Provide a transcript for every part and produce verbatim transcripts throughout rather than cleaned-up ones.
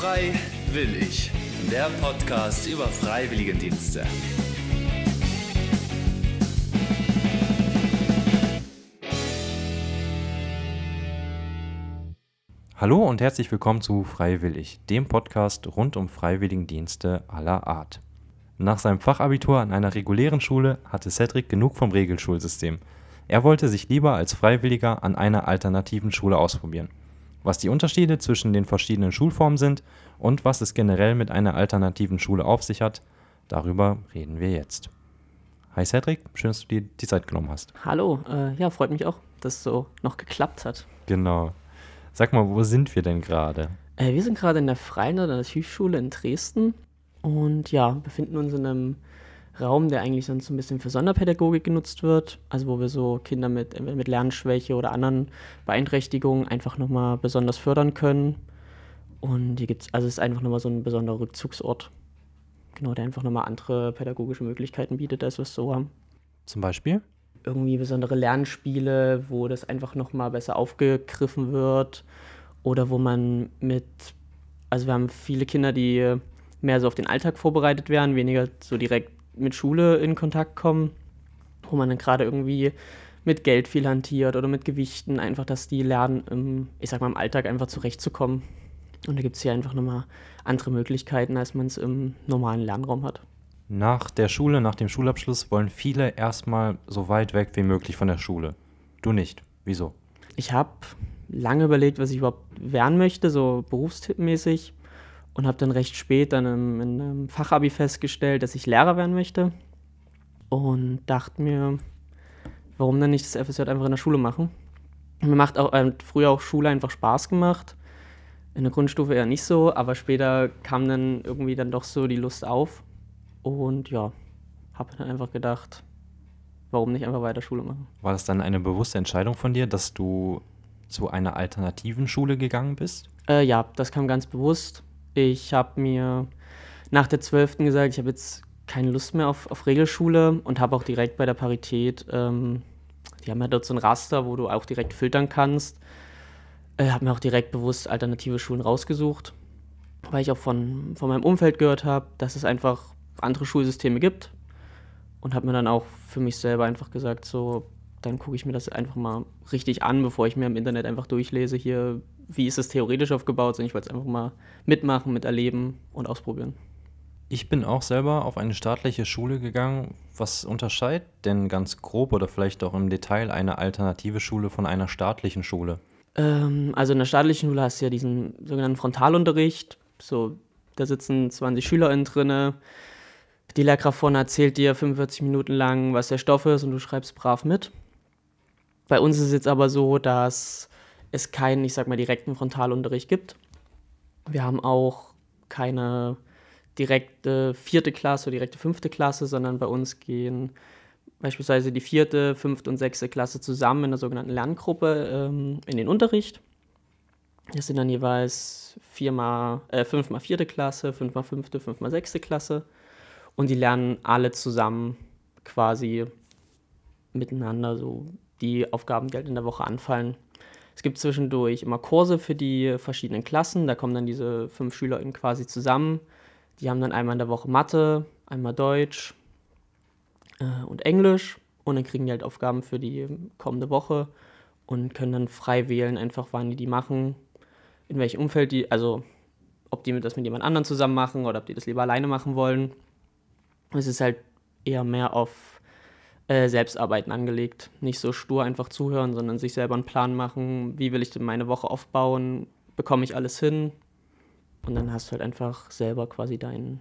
Frei will ich, der Podcast über Freiwilligendienste. Hallo und herzlich willkommen zu Frei will ich, dem Podcast rund um Freiwilligendienste aller Art. Nach seinem Fachabitur an einer regulären Schule hatte Cedric genug vom Regelschulsystem. Er wollte sich lieber als Freiwilliger an einer alternativen Schule ausprobieren. Was die Unterschiede zwischen den verschiedenen Schulformen sind und was es generell mit einer alternativen Schule auf sich hat, darüber reden wir jetzt. Hi Cedric, schön, dass du dir die Zeit genommen hast. Hallo, äh, ja, freut mich auch, dass es so noch geklappt hat. Genau. Sag mal, wo sind wir denn gerade? Äh, wir sind gerade in der Freien Alternativschule in Dresden und ja, befinden uns in einem Raum, der eigentlich sonst so ein bisschen für Sonderpädagogik genutzt wird, also wo wir so Kinder mit, mit Lernschwäche oder anderen Beeinträchtigungen einfach nochmal besonders fördern können. Und hier gibt's, also es ist einfach nochmal so ein besonderer Rückzugsort, genau, der einfach nochmal andere pädagogische Möglichkeiten bietet, als wir es so haben. Zum Beispiel? Irgendwie besondere Lernspiele, wo das einfach nochmal besser aufgegriffen wird oder wo man mit, also wir haben viele Kinder, die mehr so auf den Alltag vorbereitet werden, weniger so direkt mit Schule in Kontakt kommen, wo man dann gerade irgendwie mit Geld viel hantiert oder mit Gewichten, einfach, dass die lernen, im, ich sag mal, im Alltag einfach zurechtzukommen. Und da gibt es hier einfach nochmal andere Möglichkeiten, als man es im normalen Lernraum hat. Nach der Schule, nach dem Schulabschluss wollen viele erstmal so weit weg wie möglich von der Schule. Du nicht. Wieso? Ich habe lange überlegt, was ich überhaupt werden möchte, so berufstippmäßig. Und habe dann recht spät dann im, in einem Fachabi festgestellt, dass ich Lehrer werden möchte. Und dachte mir, warum dann nicht das F S J einfach in der Schule machen? Und mir macht auch äh, früher auch Schule einfach Spaß gemacht. In der Grundstufe eher nicht so, aber später kam dann irgendwie dann doch so die Lust auf. Und ja, habe dann einfach gedacht, warum nicht einfach weiter Schule machen? War das dann eine bewusste Entscheidung von dir, dass du zu einer alternativen Schule gegangen bist? Äh, ja, das kam ganz bewusst. Ich habe mir nach der zwölften gesagt, ich habe jetzt keine Lust mehr auf, auf Regelschule und habe auch direkt bei der Parität, ähm, die haben ja dort so ein Raster, wo du auch direkt filtern kannst, äh, habe mir auch direkt bewusst alternative Schulen rausgesucht, weil ich auch von, von meinem Umfeld gehört habe, dass es einfach andere Schulsysteme gibt und habe mir dann auch für mich selber einfach gesagt, so, dann gucke ich mir das einfach mal richtig an, bevor ich mir im Internet einfach durchlese, hier, wie ist es theoretisch aufgebaut, sondern ich wollte es einfach mal mitmachen, miterleben und ausprobieren. Ich bin auch selber auf eine staatliche Schule gegangen. Was unterscheidet denn ganz grob oder vielleicht auch im Detail eine alternative Schule von einer staatlichen Schule? Ähm, also in der staatlichen Schule hast du ja diesen sogenannten Frontalunterricht, so, da sitzen zwanzig SchülerInnen drin, die Lehrkraft vorne erzählt dir fünfundvierzig Minuten lang, was der Stoff ist und du schreibst brav mit. Bei uns ist es jetzt aber so, dass es keinen, ich sag mal, direkten Frontalunterricht gibt. Wir haben auch keine direkte vierte Klasse oder direkte fünfte Klasse, sondern bei uns gehen beispielsweise die vierte, fünfte und sechste Klasse zusammen in der sogenannten Lerngruppe ähm, in den Unterricht. Das sind dann jeweils viermal, äh, fünfmal vierte Klasse, fünfmal fünfte, fünfmal sechste Klasse. Und die lernen alle zusammen quasi miteinander so die Aufgaben, die halt in der Woche anfallen. Es gibt zwischendurch immer Kurse für die verschiedenen Klassen. Da kommen dann diese fünf SchülerInnen quasi zusammen. Die haben dann einmal in der Woche Mathe, einmal Deutsch äh, und Englisch. Und dann kriegen die halt Aufgaben für die kommende Woche und können dann frei wählen, einfach wann die die machen, in welchem Umfeld die, also ob die das mit jemand anderem zusammen machen oder ob die das lieber alleine machen wollen. Es ist halt eher mehr auf äh, Selbstarbeiten angelegt. Nicht so stur einfach zuhören, sondern sich selber einen Plan machen. Wie will ich denn meine Woche aufbauen? Bekomme ich alles hin? Und dann hast du halt einfach selber quasi deinen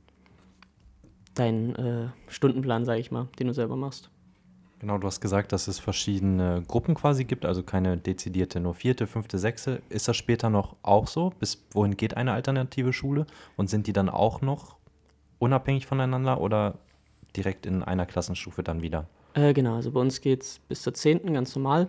deinen äh, Stundenplan, sage ich mal, den du selber machst. Genau, du hast gesagt, dass es verschiedene Gruppen quasi gibt, also keine dezidierte, nur vierte, fünfte, sechste. Ist das später noch auch so? Bis wohin geht eine alternative Schule? Und sind die dann auch noch unabhängig voneinander oder direkt in einer Klassenstufe dann wieder? Äh, genau, also bei uns geht es bis zur zehnten ganz normal.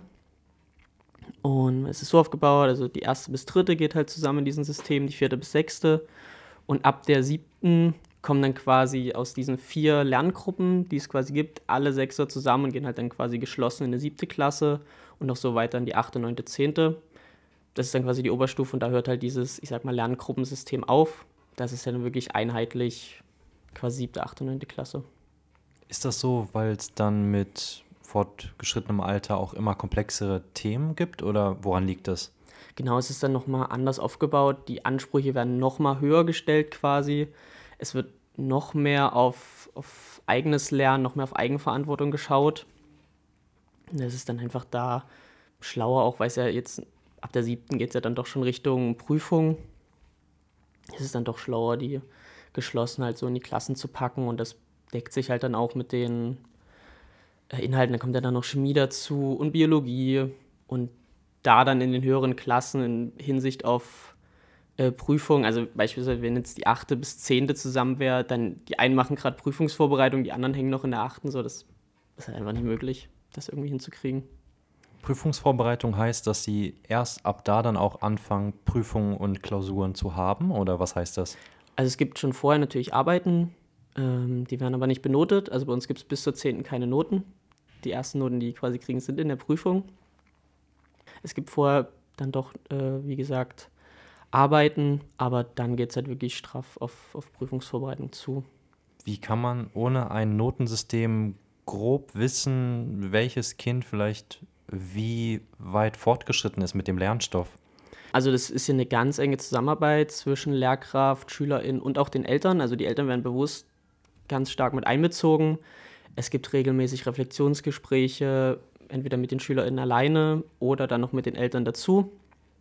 Und es ist so aufgebaut, also die erste bis dritte geht halt zusammen in diesem System, die vierte bis sechste. Und ab der siebten kommen dann quasi aus diesen vier Lerngruppen, die es quasi gibt, alle Sechser zusammen und gehen halt dann quasi geschlossen in die siebte Klasse und noch so weiter in die achte, neunte, zehnte. das ist dann quasi die Oberstufe und da hört halt dieses, ich sag mal, Lerngruppensystem auf. Das ist dann wirklich einheitlich quasi siebte, achte, neunte Klasse. Ist das so, weil es dann mit fortgeschrittenem Alter auch immer komplexere Themen gibt oder woran liegt das? Genau, es ist dann nochmal anders aufgebaut. Die Ansprüche werden nochmal höher gestellt quasi. Es wird noch mehr auf, auf eigenes Lernen, noch mehr auf Eigenverantwortung geschaut. Und das ist dann einfach da schlauer, auch weil es ja jetzt ab der siebten geht es ja dann doch schon Richtung Prüfung. Es ist dann doch schlauer, die geschlossen halt so in die Klassen zu packen und das deckt sich halt dann auch mit den Inhalten. Da kommt ja dann noch Chemie dazu und Biologie und da dann in den höheren Klassen in Hinsicht auf äh, Prüfung, also beispielsweise wenn jetzt die achte bis zehnte zusammen wäre, dann die einen machen gerade Prüfungsvorbereitung, die anderen hängen noch in der achten, so das ist halt einfach nicht möglich, das irgendwie hinzukriegen. Prüfungsvorbereitung heißt, dass sie erst ab da dann auch anfangen, Prüfungen und Klausuren zu haben oder was heißt das? Also es gibt schon vorher natürlich Arbeiten, ähm, die werden aber nicht benotet, also bei uns gibt es bis zur zehnten keine Noten. Die ersten Noten, die quasi kriegen, sind in der Prüfung. Es gibt vorher dann doch, äh, wie gesagt, Arbeiten, aber dann geht es halt wirklich straff auf, auf Prüfungsvorbereitung zu. Wie kann man ohne ein Notensystem grob wissen, welches Kind vielleicht wie weit fortgeschritten ist mit dem Lernstoff? Also das ist hier eine ganz enge Zusammenarbeit zwischen Lehrkraft, SchülerInnen und auch den Eltern. Also die Eltern werden bewusst ganz stark mit einbezogen. Es gibt regelmäßig Reflexionsgespräche, entweder mit den SchülerInnen alleine oder dann noch mit den Eltern dazu.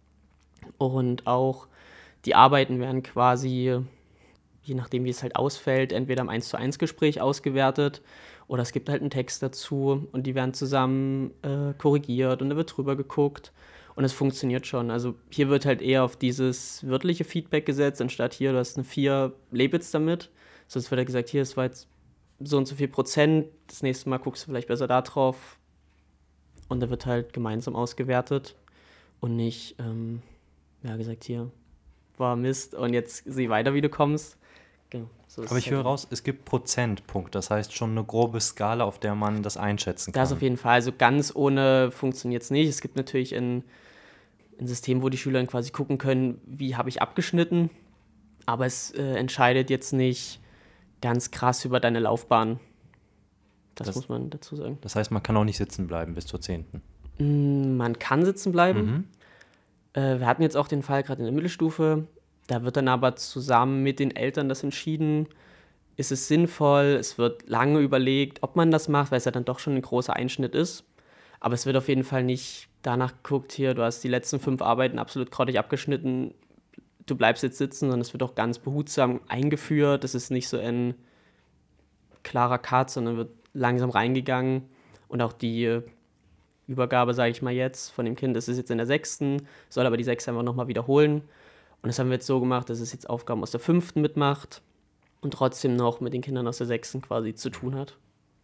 Und auch die Arbeiten werden quasi, je nachdem wie es halt ausfällt, entweder im eins zu eins Gespräch ausgewertet oder es gibt halt einen Text dazu und die werden zusammen äh, korrigiert und da wird drüber geguckt und es funktioniert schon. Also hier wird halt eher auf dieses wörtliche Feedback gesetzt, anstatt hier, du hast eine vier, leb jetzt damit. Sonst wird halt gesagt, hier, es war jetzt so und so viel Prozent, das nächste Mal guckst du vielleicht besser da drauf. Und da wird halt gemeinsam ausgewertet und nicht, ähm, ja gesagt, hier war Mist und jetzt sieh weiter, wie du kommst. Genau, so ist Aber ich es höre halt. raus, es gibt Prozentpunkt, das heißt schon eine grobe Skala, auf der man das einschätzen kann. Das auf jeden Fall, also ganz ohne funktioniert es nicht. Es gibt natürlich ein, ein System, wo die Schüler dann quasi gucken können, wie habe ich abgeschnitten, aber es äh, entscheidet jetzt nicht ganz krass über deine Laufbahn. Das, das muss man dazu sagen. Das heißt, man kann auch nicht sitzen bleiben bis zur zehnten. Man kann sitzen bleiben. Mhm. Äh, wir hatten jetzt auch den Fall gerade in der Mittelstufe. Da wird dann aber zusammen mit den Eltern das entschieden. Ist es sinnvoll? Es wird lange überlegt, ob man das macht, weil es ja dann doch schon ein großer Einschnitt ist. Aber es wird auf jeden Fall nicht danach geguckt, hier, du hast die letzten fünf Arbeiten absolut grottig abgeschnitten, du bleibst jetzt sitzen, sondern es wird auch ganz behutsam eingeführt. Das ist nicht so ein klarer Cut, sondern wird langsam reingegangen und auch die Übergabe, sage ich mal jetzt, von dem Kind, das ist jetzt in der sechsten, soll aber die sechste einfach nochmal wiederholen. Und das haben wir jetzt so gemacht, dass es jetzt Aufgaben aus der fünften mitmacht und trotzdem noch mit den Kindern aus der sechsten quasi zu tun hat.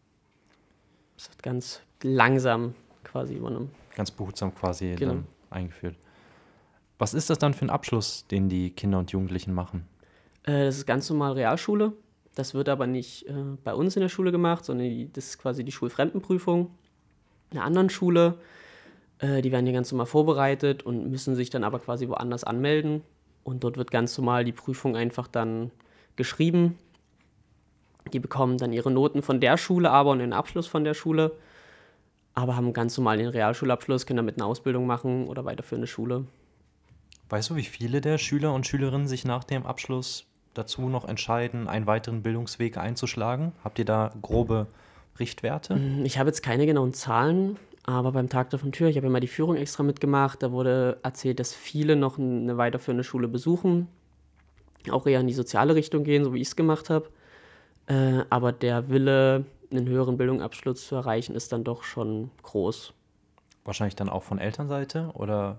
Das wird ganz langsam quasi übernommen. Ganz behutsam quasi Genau. dann eingeführt. Was ist das dann für ein Abschluss, den die Kinder und Jugendlichen machen? Äh, das ist ganz normal Realschule. Das wird aber nicht äh, bei uns in der Schule gemacht, sondern die, das ist quasi die Schulfremdenprüfung. In einer anderen Schule, äh, die werden hier ganz normal vorbereitet und müssen sich dann aber quasi woanders anmelden. Und dort wird ganz normal die Prüfung einfach dann geschrieben. Die bekommen dann ihre Noten von der Schule, aber und den Abschluss von der Schule. Aber haben ganz normal den Realschulabschluss, können damit eine Ausbildung machen oder weiterführende Schule. Weißt du, wie viele der Schüler und Schülerinnen sich nach dem Abschluss dazu noch entscheiden, einen weiteren Bildungsweg einzuschlagen? Habt ihr da grobe Richtwerte? Ich habe jetzt keine genauen Zahlen, aber beim Tag der Tür, ich habe ja mal die Führung extra mitgemacht, da wurde erzählt, dass viele noch eine weiterführende Schule besuchen, auch eher in die soziale Richtung gehen, so wie ich es gemacht habe. Äh, aber der Wille, einen höheren Bildungsabschluss zu erreichen, ist dann doch schon groß. Wahrscheinlich dann auch von Elternseite oder?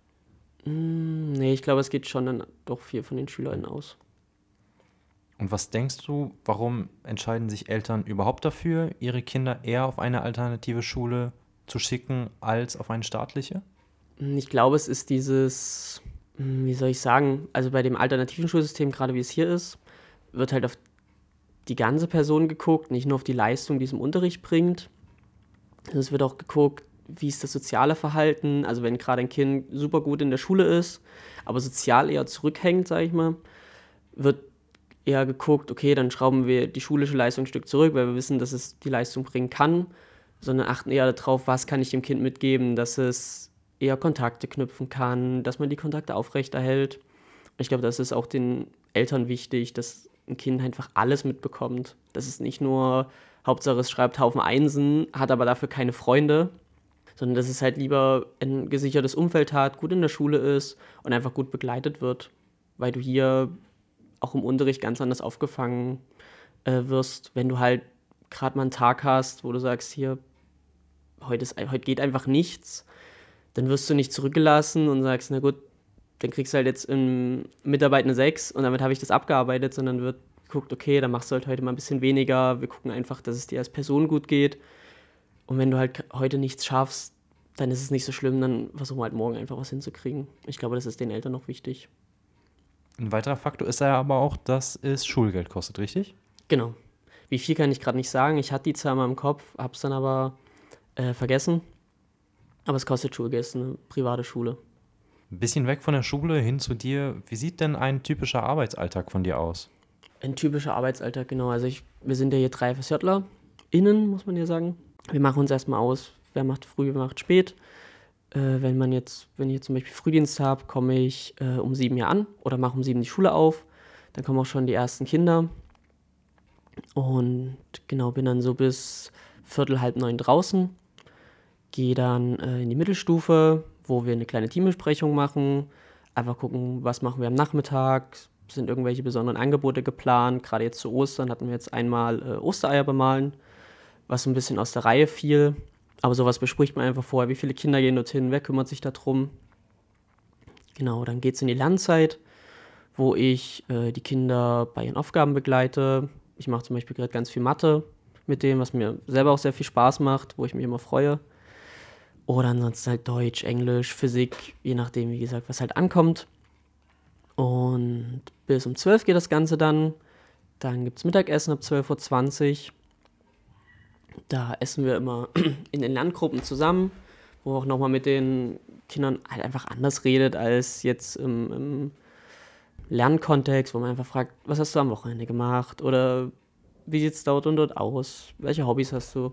Hm, nee, ich glaube, es geht schon dann doch viel von den SchülerInnen aus. Und was denkst du, warum entscheiden sich Eltern überhaupt dafür, ihre Kinder eher auf eine alternative Schule zu schicken als auf eine staatliche? Ich glaube, es ist dieses, wie soll ich sagen, also bei dem alternativen Schulsystem, gerade wie es hier ist, wird halt auf die ganze Person geguckt, nicht nur auf die Leistung, die es im Unterricht bringt. Es wird auch geguckt, wie ist das soziale Verhalten. Also wenn gerade ein Kind super gut in der Schule ist, aber sozial eher zurückhängt, sage ich mal, wird eher geguckt, okay, dann schrauben wir die schulische Leistung ein Stück zurück, weil wir wissen, dass es die Leistung bringen kann, sondern achten eher darauf, was kann ich dem Kind mitgeben, dass es eher Kontakte knüpfen kann, dass man die Kontakte aufrechterhält. Ich glaube, das ist auch den Eltern wichtig, dass ein Kind einfach alles mitbekommt. Dass es nicht nur, Hauptsache es schreibt Haufen Einsen, hat aber dafür keine Freunde, sondern dass es halt lieber ein gesichertes Umfeld hat, gut in der Schule ist und einfach gut begleitet wird, weil du hier auch im Unterricht ganz anders aufgefangen äh, wirst, wenn du halt gerade mal einen Tag hast, wo du sagst, hier, heute, ist, heute geht einfach nichts, dann wirst du nicht zurückgelassen und sagst, na gut, dann kriegst du halt jetzt in Mitarbeit eine sechs und damit habe ich das abgearbeitet, sondern wird geguckt, okay, dann machst du halt heute mal ein bisschen weniger, wir gucken einfach, dass es dir als Person gut geht und wenn du halt heute nichts schaffst, dann ist es nicht so schlimm, dann versuchen wir halt morgen einfach was hinzukriegen. Ich glaube, das ist den Eltern noch wichtig. Ein weiterer Faktor ist ja aber auch, dass es Schulgeld kostet, richtig? Genau. Wie viel kann ich gerade nicht sagen. Ich hatte die Zahl mal im Kopf, habe es dann aber äh, vergessen. Aber es kostet Schulgeld, es ist eine private Schule. Ein bisschen weg von der Schule hin zu dir. Wie sieht denn ein typischer Arbeitsalltag von dir aus? Ein typischer Arbeitsalltag, genau. Also ich, wir sind ja hier drei FSJler, innen, muss man ja sagen. Wir machen uns erstmal aus, wer macht früh, wer macht spät. Äh, wenn man jetzt, wenn ich jetzt zum Beispiel Frühdienst habe, komme ich äh, um sieben hier an oder mache um sieben die Schule auf. Dann kommen auch schon die ersten Kinder. Und genau, bin dann so bis Viertel, halb neun draußen. Gehe dann äh, in die Mittelstufe, wo wir eine kleine Teambesprechung machen. Einfach gucken, was machen wir am Nachmittag. Sind irgendwelche besonderen Angebote geplant. Gerade jetzt zu Ostern hatten wir jetzt einmal äh, Ostereier bemalen, was so ein bisschen aus der Reihe fiel. Aber sowas bespricht man einfach vorher, wie viele Kinder gehen dorthin, wer kümmert sich darum. Genau, dann geht es in die Lernzeit, wo ich äh, die Kinder bei ihren Aufgaben begleite. Ich mache zum Beispiel gerade ganz viel Mathe mit dem, was mir selber auch sehr viel Spaß macht, wo ich mich immer freue. Oder ansonsten halt Deutsch, Englisch, Physik, je nachdem, wie gesagt, was halt ankommt. Und bis um zwölf geht das Ganze dann. Dann gibt es Mittagessen ab zwölf Uhr zwanzig. Da essen wir immer in den Lerngruppen zusammen, wo auch nochmal mit den Kindern halt einfach anders redet als jetzt im, im Lernkontext, wo man einfach fragt, was hast du am Wochenende gemacht oder wie sieht es dort und dort aus, welche Hobbys hast du?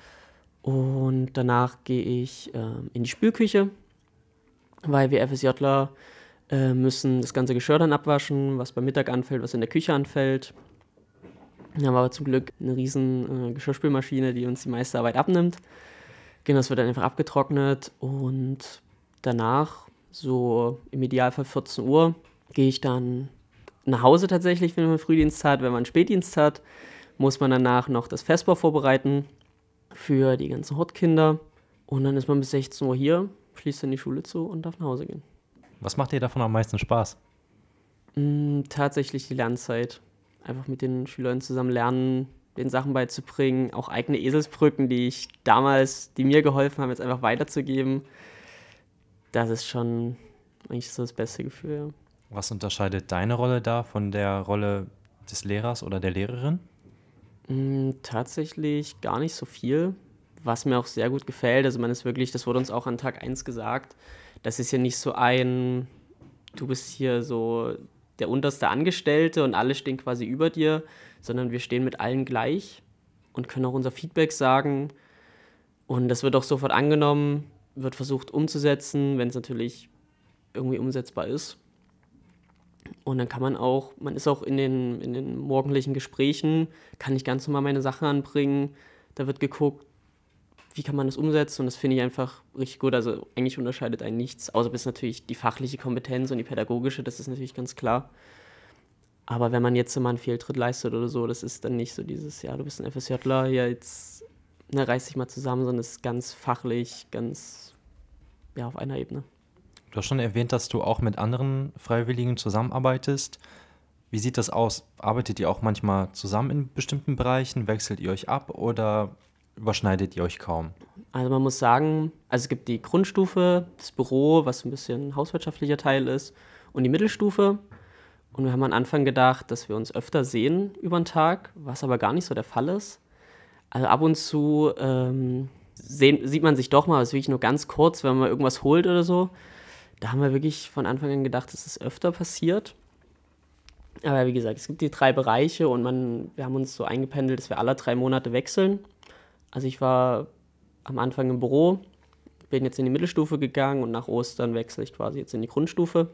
Und danach gehe ich äh, in die Spülküche, weil wir FSJler äh, müssen das ganze Geschirr dann abwaschen, was beim Mittag anfällt, was in der Küche anfällt. Da haben wir aber zum Glück eine riesen äh, Geschirrspülmaschine, die uns die meiste Arbeit abnimmt. Genau, das wird dann einfach abgetrocknet und danach, so im Idealfall vierzehn Uhr, gehe ich dann nach Hause tatsächlich, wenn man Frühdienst hat. Wenn man Spätdienst hat, muss man danach noch das Vesper vorbereiten für die ganzen Hortkinder. Und dann ist man bis sechzehn Uhr hier, schließt dann die Schule zu und darf nach Hause gehen. Was macht dir davon am meisten Spaß? Mm, tatsächlich die Lernzeit. Einfach mit den Schülern zusammen lernen, den Sachen beizubringen, auch eigene Eselsbrücken, die ich damals, die mir geholfen haben, jetzt einfach weiterzugeben. Das ist schon eigentlich so das beste Gefühl, ja. Was unterscheidet deine Rolle da von der Rolle des Lehrers oder der Lehrerin? Mm, tatsächlich gar nicht so viel, was mir auch sehr gut gefällt. Also man ist wirklich, das wurde uns auch an Tag eins gesagt, das ist ja nicht so ein, du bist hier so der unterste Angestellte und alle stehen quasi über dir, sondern wir stehen mit allen gleich und können auch unser Feedback sagen. Und das wird auch sofort angenommen, wird versucht umzusetzen, wenn es natürlich irgendwie umsetzbar ist. Und dann kann man auch, man ist auch in den, in den morgendlichen Gesprächen, kann ich ganz normal meine Sachen anbringen. Da wird geguckt, wie kann man das umsetzen, und das finde ich einfach richtig gut. Also eigentlich unterscheidet einen nichts, außer bis natürlich die fachliche Kompetenz und die pädagogische, das ist natürlich ganz klar. Aber wenn man jetzt mal einen Fehltritt leistet oder so, das ist dann nicht so dieses, ja, du bist ein FSJler, ja, jetzt ne, reiß dich mal zusammen, sondern es ist ganz fachlich, ganz, ja, auf einer Ebene. Du hast schon erwähnt, dass du auch mit anderen Freiwilligen zusammenarbeitest. Wie sieht das aus? Arbeitet ihr auch manchmal zusammen in bestimmten Bereichen? Wechselt ihr euch ab oder überschneidet ihr euch kaum? Also man muss sagen, also es gibt die Grundstufe, das Büro, was ein bisschen ein hauswirtschaftlicher Teil ist, und die Mittelstufe. Und wir haben am Anfang gedacht, dass wir uns öfter sehen über den Tag, was aber gar nicht so der Fall ist. Also ab und zu ähm, sehen, sieht man sich doch mal, aber es ist wirklich nur ganz kurz, wenn man mal irgendwas holt oder so. Da haben wir wirklich von Anfang an gedacht, dass es öfter passiert. Aber wie gesagt, es gibt die drei Bereiche und man, wir haben uns so eingependelt, dass wir alle drei Monate wechseln. Also ich war am Anfang im Büro, bin jetzt in die Mittelstufe gegangen und nach Ostern wechsle ich quasi jetzt in die Grundstufe.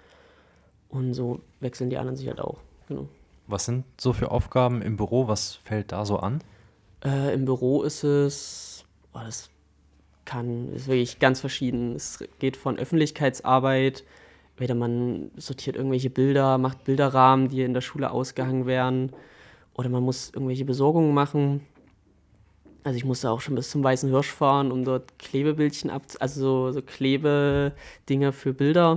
Und so wechseln die anderen sich halt auch. Genau. Was sind so für Aufgaben im Büro? Was fällt da so an? Äh, Im Büro ist es, oh, das kann, ist wirklich ganz verschieden. Es geht von Öffentlichkeitsarbeit, entweder man sortiert irgendwelche Bilder, macht Bilderrahmen, die in der Schule ausgehangen werden, oder man muss irgendwelche Besorgungen machen. Also ich musste auch schon bis zum Weißen Hirsch fahren, um dort Klebebildchen ab, also so, so Klebedinger für Bilder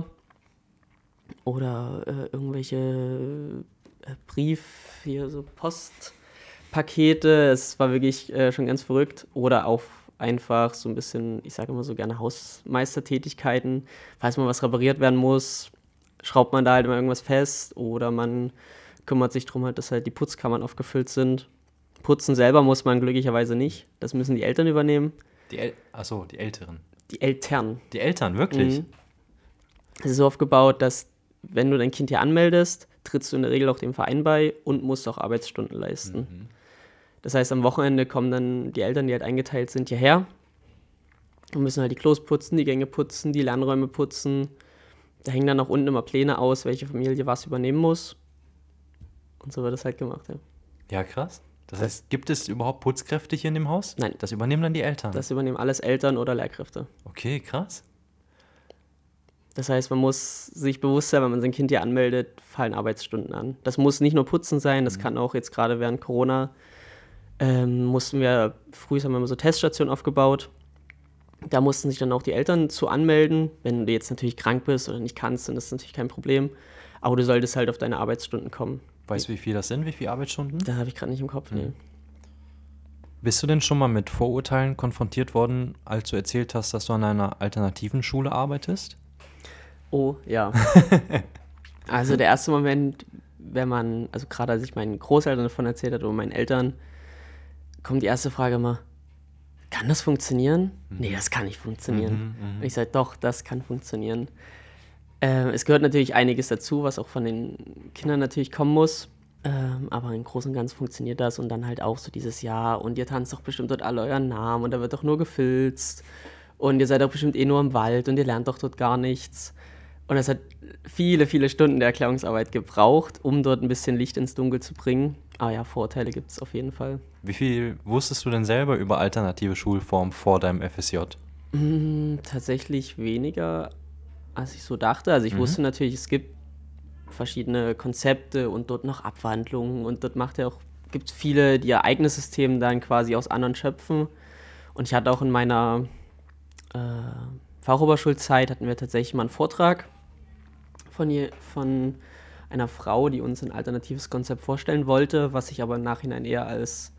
oder äh, irgendwelche äh, Brief, hier so Postpakete. Es war wirklich äh, schon ganz verrückt. Oder auch einfach so ein bisschen, ich sage immer so gerne Hausmeistertätigkeiten. Falls mal was repariert werden muss, schraubt man da halt immer irgendwas fest oder man kümmert sich darum, halt, dass halt die Putzkammern aufgefüllt sind. Putzen selber muss man glücklicherweise nicht. Das müssen die Eltern übernehmen. Die El- Achso, die Älteren. Die Eltern. Die Eltern, wirklich? Mhm. Es ist so aufgebaut, dass, wenn du dein Kind hier anmeldest, trittst du in der Regel auch dem Verein bei und musst auch Arbeitsstunden leisten. Mhm. Das heißt, am Wochenende kommen dann die Eltern, die halt eingeteilt sind, hierher und müssen halt die Klos putzen, die Gänge putzen, die Lernräume putzen. Da hängen dann auch unten immer Pläne aus, welche Familie was übernehmen muss. Und so wird das halt gemacht, ja. Ja, krass. Das heißt, gibt es überhaupt Putzkräfte hier in dem Haus? Nein. Das übernehmen dann die Eltern? Das übernehmen alles Eltern oder Lehrkräfte. Okay, krass. Das heißt, man muss sich bewusst sein, wenn man sein Kind hier anmeldet, fallen Arbeitsstunden an. Das muss nicht nur Putzen sein, das mhm. kann auch jetzt gerade während Corona, ähm, mussten wir, früher haben wir immer so Teststationen aufgebaut. Da mussten sich dann auch die Eltern zu anmelden. Wenn du jetzt natürlich krank bist oder nicht kannst, dann ist das natürlich kein Problem. Aber du solltest halt auf deine Arbeitsstunden kommen. Weißt du, wie viel das sind? Wie viele Arbeitsstunden? Da habe ich gerade nicht im Kopf, mhm. nee. Bist du denn schon mal mit Vorurteilen konfrontiert worden, als du erzählt hast, dass du an einer alternativen Schule arbeitest? Oh, ja. Also der erste Moment, wenn man, also gerade als ich meinen Großeltern davon erzählt habe oder meinen Eltern, kommt die erste Frage immer, kann das funktionieren? Mhm. Nee, das kann nicht funktionieren. Mhm, ich sage, doch, das kann funktionieren. Äh, es gehört natürlich einiges dazu, was auch von den Kindern natürlich kommen muss. Ähm, aber im Großen und Ganzen funktioniert das. Und dann halt auch so dieses Jahr, und ihr tanzt doch bestimmt dort alle euren Namen und da wird doch nur gefilzt. Und ihr seid doch bestimmt eh nur im Wald und ihr lernt doch dort gar nichts. Und es hat viele, viele Stunden der Erklärungsarbeit gebraucht, um dort ein bisschen Licht ins Dunkel zu bringen. Aber ja, Vorurteile gibt es auf jeden Fall. Wie viel wusstest du denn selber über alternative Schulformen vor deinem F S J? Mm, tatsächlich weniger, als ich so dachte. Also ich mhm. wusste natürlich, es gibt verschiedene Konzepte und dort noch Abwandlungen. Und dort macht ja auch, gibt es viele, die ihr eigenes System dann quasi aus anderen schöpfen. Und ich hatte auch in meiner äh, Fachoberschulzeit, hatten wir tatsächlich mal einen Vortrag von, je, von einer Frau, die uns ein alternatives Konzept vorstellen wollte, was sich aber im Nachhinein eher als,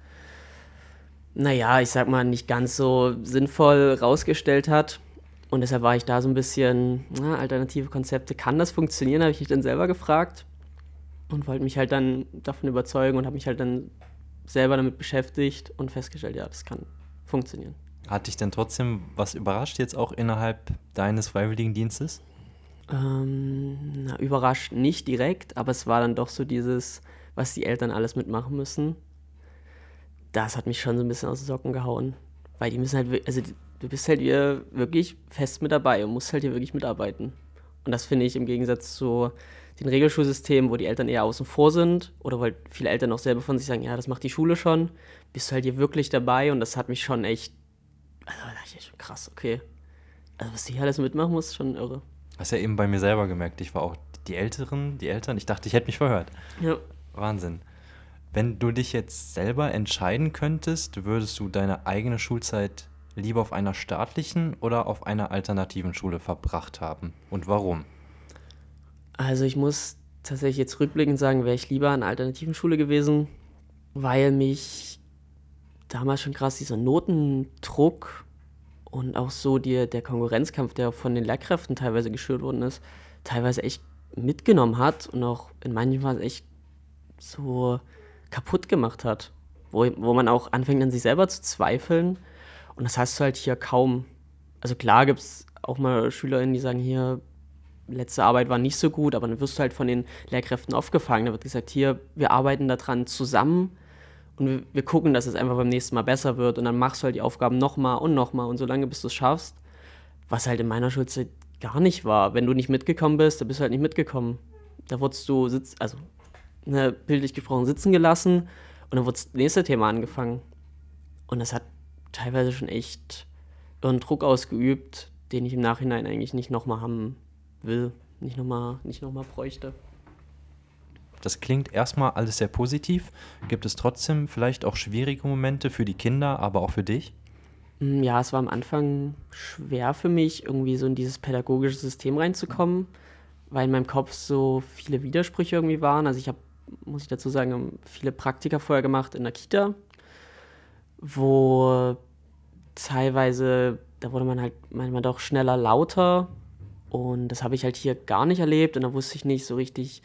naja, ich sag mal, nicht ganz so sinnvoll rausgestellt hat. Und deshalb war ich da so ein bisschen, na, alternative Konzepte, kann das funktionieren, habe ich mich dann selber gefragt und wollte mich halt dann davon überzeugen und habe mich halt dann selber damit beschäftigt und festgestellt, ja, das kann funktionieren. Hat dich denn trotzdem was überrascht jetzt auch innerhalb deines Freiwilligendienstes? Ähm, na, überrascht nicht direkt, aber es war dann doch so dieses, was die Eltern alles mitmachen müssen. Das hat mich schon so ein bisschen aus den Socken gehauen, weil die müssen halt, also du bist halt hier wirklich fest mit dabei und musst halt hier wirklich mitarbeiten. Und das finde ich im Gegensatz zu den Regelschulsystemen, wo die Eltern eher außen vor sind oder wo halt viele Eltern auch selber von sich sagen, ja, das macht die Schule schon, bist du halt hier wirklich dabei und das hat mich schon echt, also da dachte ich schon krass, okay. Also was du hier alles mitmachen musst, ist schon irre. Hast ja eben bei mir selber gemerkt, ich war auch die Älteren, die Eltern, ich dachte, ich hätte mich verhört. Ja. Wahnsinn. Wenn du dich jetzt selber entscheiden könntest, würdest du deine eigene Schulzeit lieber auf einer staatlichen oder auf einer alternativen Schule verbracht haben? Und warum? Also ich muss tatsächlich jetzt rückblickend sagen, wäre ich lieber an einer alternativen Schule gewesen, weil mich damals schon krass dieser Notendruck und auch so die, der Konkurrenzkampf, der von den Lehrkräften teilweise geschürt worden ist, teilweise echt mitgenommen hat und auch in manchen Fällen echt so kaputt gemacht hat, wo, wo man auch anfängt an sich selber zu zweifeln Und das hast du halt hier kaum. Also klar gibt es auch mal SchülerInnen, die sagen, hier, letzte Arbeit war nicht so gut, aber dann wirst du halt von den Lehrkräften aufgefangen. Da wird gesagt, hier, wir arbeiten daran zusammen und wir, wir gucken, dass es einfach beim nächsten Mal besser wird und dann machst du halt die Aufgaben nochmal und nochmal und so lange, bis du es schaffst. Was halt in meiner Schulzeit gar nicht war. Wenn du nicht mitgekommen bist, dann bist du halt nicht mitgekommen. Da wurdest du, sitz, also ne, bildlich gesprochen, sitzen gelassen und dann wurde das nächste Thema angefangen. Und das hat teilweise schon echt einen Druck ausgeübt, den ich im Nachhinein eigentlich nicht nochmal haben will, nicht nochmal nicht noch mal bräuchte. Das klingt erstmal alles sehr positiv. Gibt es trotzdem vielleicht auch schwierige Momente für die Kinder, aber auch für dich? Ja, es war am Anfang schwer für mich, irgendwie so in dieses pädagogische System reinzukommen, weil in meinem Kopf so viele Widersprüche irgendwie waren. Also ich habe, muss ich dazu sagen, viele Praktika vorher gemacht in der Kita, wo teilweise, da wurde man halt manchmal doch schneller lauter und das habe ich halt hier gar nicht erlebt und da wusste ich nicht so richtig,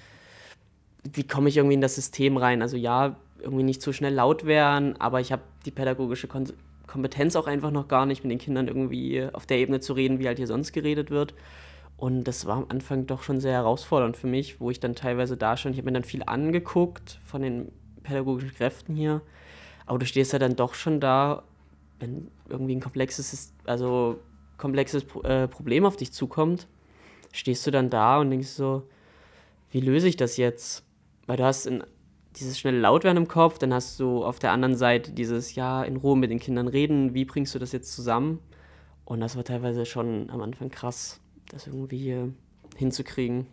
wie komme ich irgendwie in das System rein. Also ja, irgendwie nicht zu schnell laut werden, aber ich habe die pädagogische Kon- Kompetenz auch einfach noch gar nicht, mit den Kindern irgendwie auf der Ebene zu reden, wie halt hier sonst geredet wird. Und das war am Anfang doch schon sehr herausfordernd für mich, wo ich dann teilweise da schon, ich habe mir dann viel angeguckt von den pädagogischen Kräften hier, aber du stehst ja dann doch schon da, wenn irgendwie ein komplexes, also komplexes äh, Problem auf dich zukommt, stehst du dann da und denkst so, wie löse ich das jetzt? Weil du hast in, dieses schnelle Lautwerden im Kopf, dann hast du auf der anderen Seite dieses, ja, in Ruhe mit den Kindern reden, wie bringst du das jetzt zusammen? Und das war teilweise schon am Anfang krass, das irgendwie äh, hinzukriegen.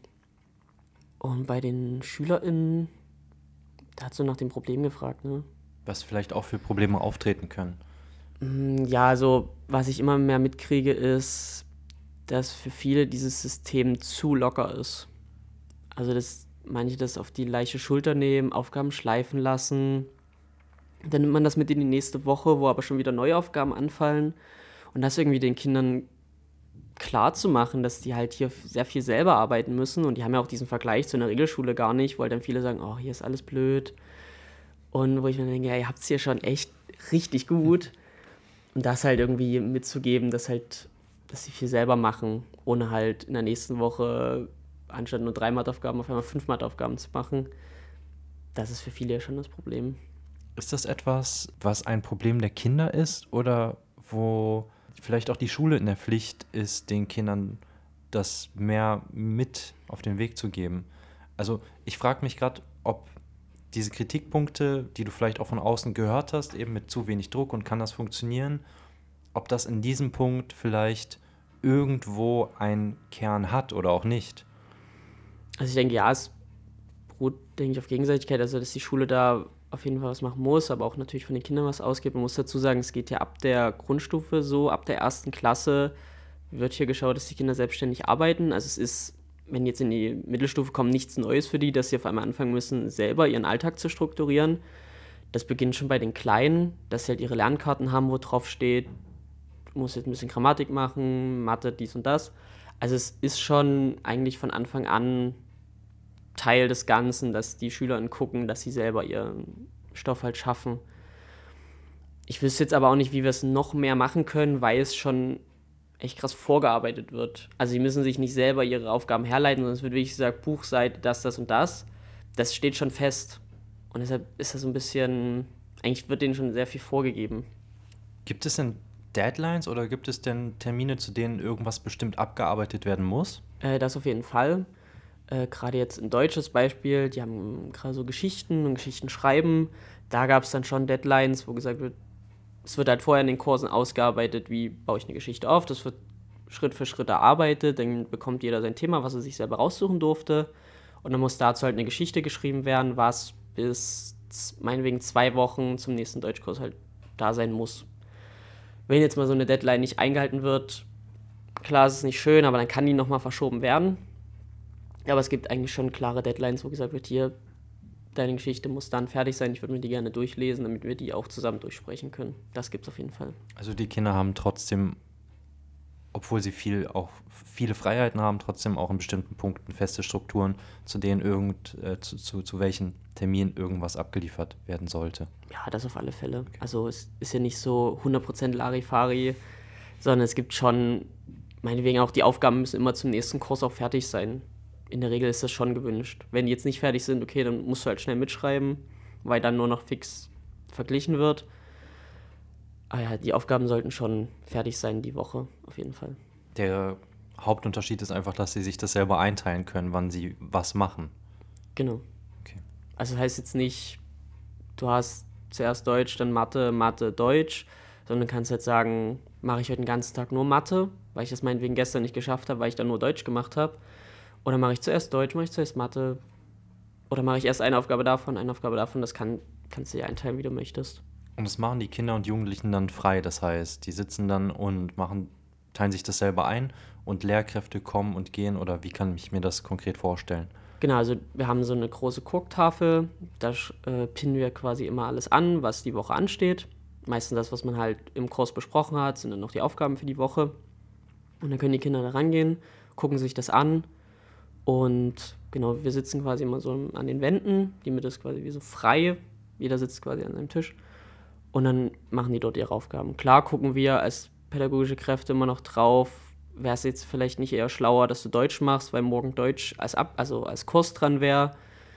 Und bei den SchülerInnen, da hast du nach dem Problem gefragt, ne? Was vielleicht auch für Probleme auftreten können. Ja, also was ich immer mehr mitkriege, ist, dass für viele dieses System zu locker ist. Also dass manche das auf die leichte Schulter nehmen, Aufgaben schleifen lassen. Dann nimmt man das mit in die nächste Woche, wo aber schon wieder neue Aufgaben anfallen. Und das irgendwie den Kindern klar zu machen, dass die halt hier sehr viel selber arbeiten müssen. Und die haben ja auch diesen Vergleich zu einer Regelschule gar nicht, weil dann viele sagen, oh, hier ist alles blöd. Und wo ich mir denke, ja, ihr habt es hier schon echt richtig gut. Und das halt irgendwie mitzugeben, dass halt, dass sie viel selber machen, ohne halt in der nächsten Woche anstatt nur drei Matheaufgaben auf einmal fünf Matheaufgaben zu machen. Das ist für viele ja schon das Problem. Ist das etwas, was ein Problem der Kinder ist oder wo vielleicht auch die Schule in der Pflicht ist, den Kindern das mehr mit auf den Weg zu geben? Also ich frage mich gerade, ob diese Kritikpunkte, die du vielleicht auch von außen gehört hast, eben mit zu wenig Druck und kann das funktionieren, ob das in diesem Punkt vielleicht irgendwo einen Kern hat oder auch nicht. Also ich denke, ja, es beruht, denke ich, auf Gegenseitigkeit, also dass die Schule da auf jeden Fall was machen muss, aber auch natürlich von den Kindern was ausgeht. Man muss dazu sagen, es geht ja ab der Grundstufe so, ab der ersten Klasse wird hier geschaut, dass die Kinder selbstständig arbeiten. Also es ist, wenn jetzt in die Mittelstufe kommen, nichts Neues für die, dass sie auf einmal anfangen müssen, selber ihren Alltag zu strukturieren. Das beginnt schon bei den Kleinen, dass sie halt ihre Lernkarten haben, wo drauf steht, du musst jetzt ein bisschen Grammatik machen, Mathe, dies und das. Also es ist schon eigentlich von Anfang an Teil des Ganzen, dass die SchülerInnen gucken, dass sie selber ihren Stoff halt schaffen. Ich wüsste jetzt aber auch nicht, wie wir es noch mehr machen können, weil es schon echt krass vorgearbeitet wird. Also sie müssen sich nicht selber ihre Aufgaben herleiten, sondern es wird wirklich gesagt, Buchseite, das, das und das. Das steht schon fest. Und deshalb ist das so ein bisschen, eigentlich wird denen schon sehr viel vorgegeben. Gibt es denn Deadlines oder gibt es denn Termine, zu denen irgendwas bestimmt abgearbeitet werden muss? Äh, das auf jeden Fall. Äh, gerade jetzt ein deutsches Beispiel, die haben gerade so Geschichten und Geschichten schreiben. Da gab es dann schon Deadlines, wo gesagt wird, es wird halt vorher in den Kursen ausgearbeitet, wie baue ich eine Geschichte auf. Das wird Schritt für Schritt erarbeitet. Dann bekommt jeder sein Thema, was er sich selber raussuchen durfte. Und dann muss dazu halt eine Geschichte geschrieben werden, was bis meinetwegen zwei Wochen zum nächsten Deutschkurs halt da sein muss. Wenn jetzt mal so eine Deadline nicht eingehalten wird, klar, es ist nicht schön, aber dann kann die nochmal verschoben werden. Aber es gibt eigentlich schon klare Deadlines, wo gesagt wird, hier, deine Geschichte muss dann fertig sein. Ich würde mir die gerne durchlesen, damit wir die auch zusammen durchsprechen können. Das gibt es auf jeden Fall. Also die Kinder haben trotzdem obwohl sie viel auch viele Freiheiten haben, trotzdem auch in bestimmten Punkten feste Strukturen, zu denen irgend, äh, zu, zu, zu welchen Termin irgendwas abgeliefert werden sollte. Ja, das auf alle Fälle. Okay. Also es ist ja nicht so hundert Prozent Larifari, sondern es gibt schon, meinetwegen auch die Aufgaben müssen immer zum nächsten Kurs auch fertig sein. In der Regel ist das schon gewünscht. Wenn die jetzt nicht fertig sind, okay, dann musst du halt schnell mitschreiben, weil dann nur noch fix verglichen wird. Aber ja, die Aufgaben sollten schon fertig sein die Woche, auf jeden Fall. Der Hauptunterschied ist einfach, dass sie sich das selber einteilen können, wann sie was machen. Genau. Okay. Also das heißt jetzt nicht, du hast zuerst Deutsch, dann Mathe, Mathe, Deutsch, sondern du kannst jetzt sagen, mache ich heute den ganzen Tag nur Mathe, weil ich das meinetwegen gestern nicht geschafft habe, weil ich dann nur Deutsch gemacht habe. Oder mache ich zuerst Deutsch, mache ich zuerst Mathe. Oder mache ich erst eine Aufgabe davon, eine Aufgabe davon. Das kann, kannst du dir einteilen, wie du möchtest. Und das machen die Kinder und Jugendlichen dann frei. Das heißt, die sitzen dann und machen, teilen sich das selber ein und Lehrkräfte kommen und gehen. Oder wie kann ich mir das konkret vorstellen? Genau, also wir haben so eine große Gucktafel. Da äh, pinnen wir quasi immer alles an, was die Woche ansteht. Meistens das, was man halt im Kurs besprochen hat, sind dann noch die Aufgaben für die Woche. Und dann können die Kinder da rangehen, gucken sich das an. Und genau, wir sitzen quasi immer so an den Wänden. Die Mitte ist quasi wie so frei. Jeder sitzt quasi an seinem Tisch. Und dann machen die dort ihre Aufgaben. Klar gucken wir als pädagogische Kräfte immer noch drauf, wäre es jetzt vielleicht nicht eher schlauer, dass du Deutsch machst, weil morgen Deutsch als, Ab- also als Kurs dran wäre.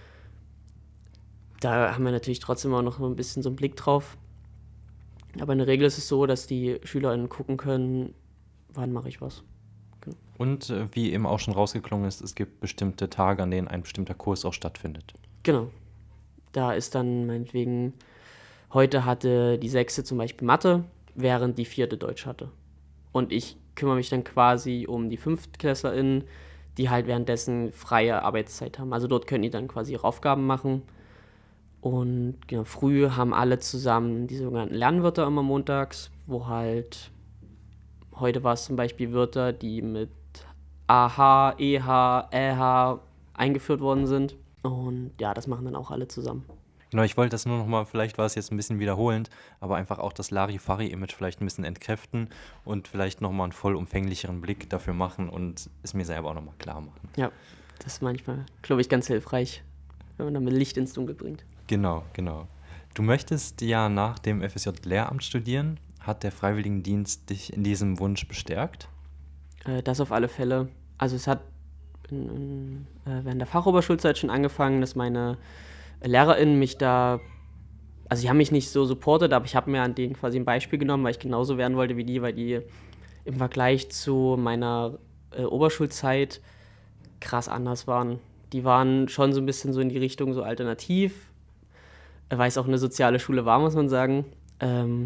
Da haben wir natürlich trotzdem auch noch ein bisschen so einen Blick drauf. Aber in der Regel ist es so, dass die SchülerInnen gucken können, wann mache ich was. Genau. Und äh, wie eben auch schon rausgeklungen ist, es gibt bestimmte Tage, an denen ein bestimmter Kurs auch stattfindet. Genau. Da ist dann meinetwegen, heute hatte die Sechste zum Beispiel Mathe, während die Vierte Deutsch hatte. Und ich kümmere mich dann quasi um die FünftklässlerInnen, die halt währenddessen freie Arbeitszeit haben. Also dort können die dann quasi ihre Aufgaben machen. Und genau, früh haben alle zusammen die sogenannten Lernwörter immer montags, wo halt, heute war es zum Beispiel Wörter, die mit A H, E H, Ä H eingeführt worden sind. Und ja, das machen dann auch alle zusammen. Genau, ich wollte das nur noch mal, vielleicht war es jetzt ein bisschen wiederholend, aber einfach auch das Larifari-Image vielleicht ein bisschen entkräften und vielleicht noch mal einen vollumfänglicheren Blick dafür machen und es mir selber auch noch mal klar machen. Ja, das ist manchmal, glaube ich, ganz hilfreich, wenn man damit Licht ins Dunkel bringt. Genau, genau. Du möchtest ja nach dem F S J Lehramt studieren. Hat der Freiwilligendienst dich in diesem Wunsch bestärkt? Äh, das auf alle Fälle. Also es hat in, in, äh, während der Fachoberschulzeit schon angefangen, dass meine LehrerInnen mich da, also die haben mich nicht so supportet, aber ich habe mir an denen quasi ein Beispiel genommen, weil ich genauso werden wollte wie die, weil die im Vergleich zu meiner äh, Oberschulzeit krass anders waren. Die waren schon so ein bisschen so in die Richtung so alternativ, weil es auch eine soziale Schule war, muss man sagen. Ähm,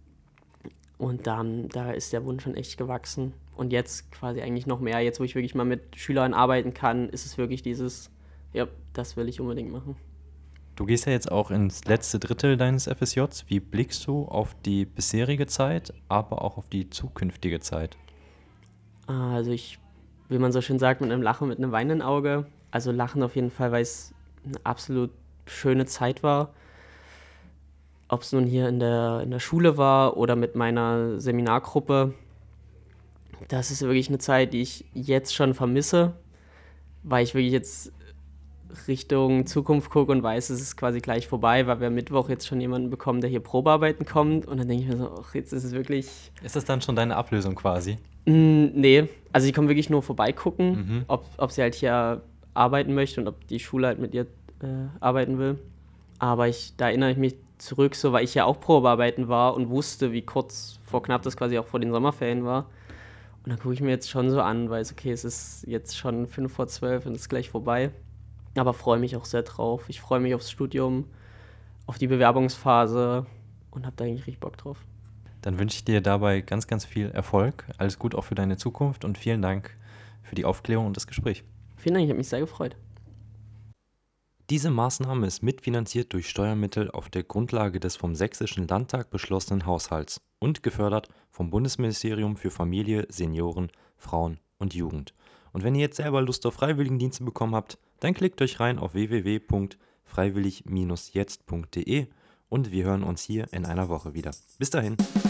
und dann, da ist der Wunsch schon echt gewachsen. Und jetzt quasi eigentlich noch mehr, jetzt wo ich wirklich mal mit Schülern arbeiten kann, ist es wirklich dieses, ja, das will ich unbedingt machen. Du gehst ja jetzt auch ins letzte Drittel deines F S Js. Wie blickst du auf die bisherige Zeit, aber auch auf die zukünftige Zeit? Also ich, wie man so schön sagt, mit einem Lachen, mit einem weinenden Auge. Also Lachen auf jeden Fall, weil es eine absolut schöne Zeit war. Ob es nun hier in der, in der Schule war oder mit meiner Seminargruppe. Das ist wirklich eine Zeit, die ich jetzt schon vermisse, weil ich wirklich jetzt Richtung Zukunft gucke und weiß, es ist quasi gleich vorbei, weil wir am Mittwoch jetzt schon jemanden bekommen, der hier Probearbeiten kommt. Und dann denke ich mir so, ach, jetzt ist es wirklich... Ist das dann schon deine Ablösung quasi? Mm, nee, also ich komme wirklich nur vorbeigucken, Mhm. ob, ob sie halt hier arbeiten möchte und ob die Schule halt mit ihr äh, arbeiten will. Aber ich, da erinnere ich mich zurück, so weil ich ja auch Probearbeiten war und wusste, wie kurz vor knapp das quasi auch vor den Sommerferien war. Und dann gucke ich mir jetzt schon so an, weil es okay, es ist jetzt schon fünf vor zwölf und es ist gleich vorbei. Aber freue mich auch sehr drauf. Ich freue mich aufs Studium, auf die Bewerbungsphase und habe da eigentlich richtig Bock drauf. Dann wünsche ich dir dabei ganz, ganz viel Erfolg. Alles gut auch für deine Zukunft und vielen Dank für die Aufklärung und das Gespräch. Vielen Dank, ich habe mich sehr gefreut. Diese Maßnahme ist mitfinanziert durch Steuermittel auf der Grundlage des vom Sächsischen Landtag beschlossenen Haushalts und gefördert vom Bundesministerium für Familie, Senioren, Frauen und Jugend. Und wenn ihr jetzt selber Lust auf Freiwilligendienste bekommen habt, dann klickt euch rein auf w w w punkt freiwillig Bindestrich jetzt punkt de und wir hören uns hier in einer Woche wieder. Bis dahin.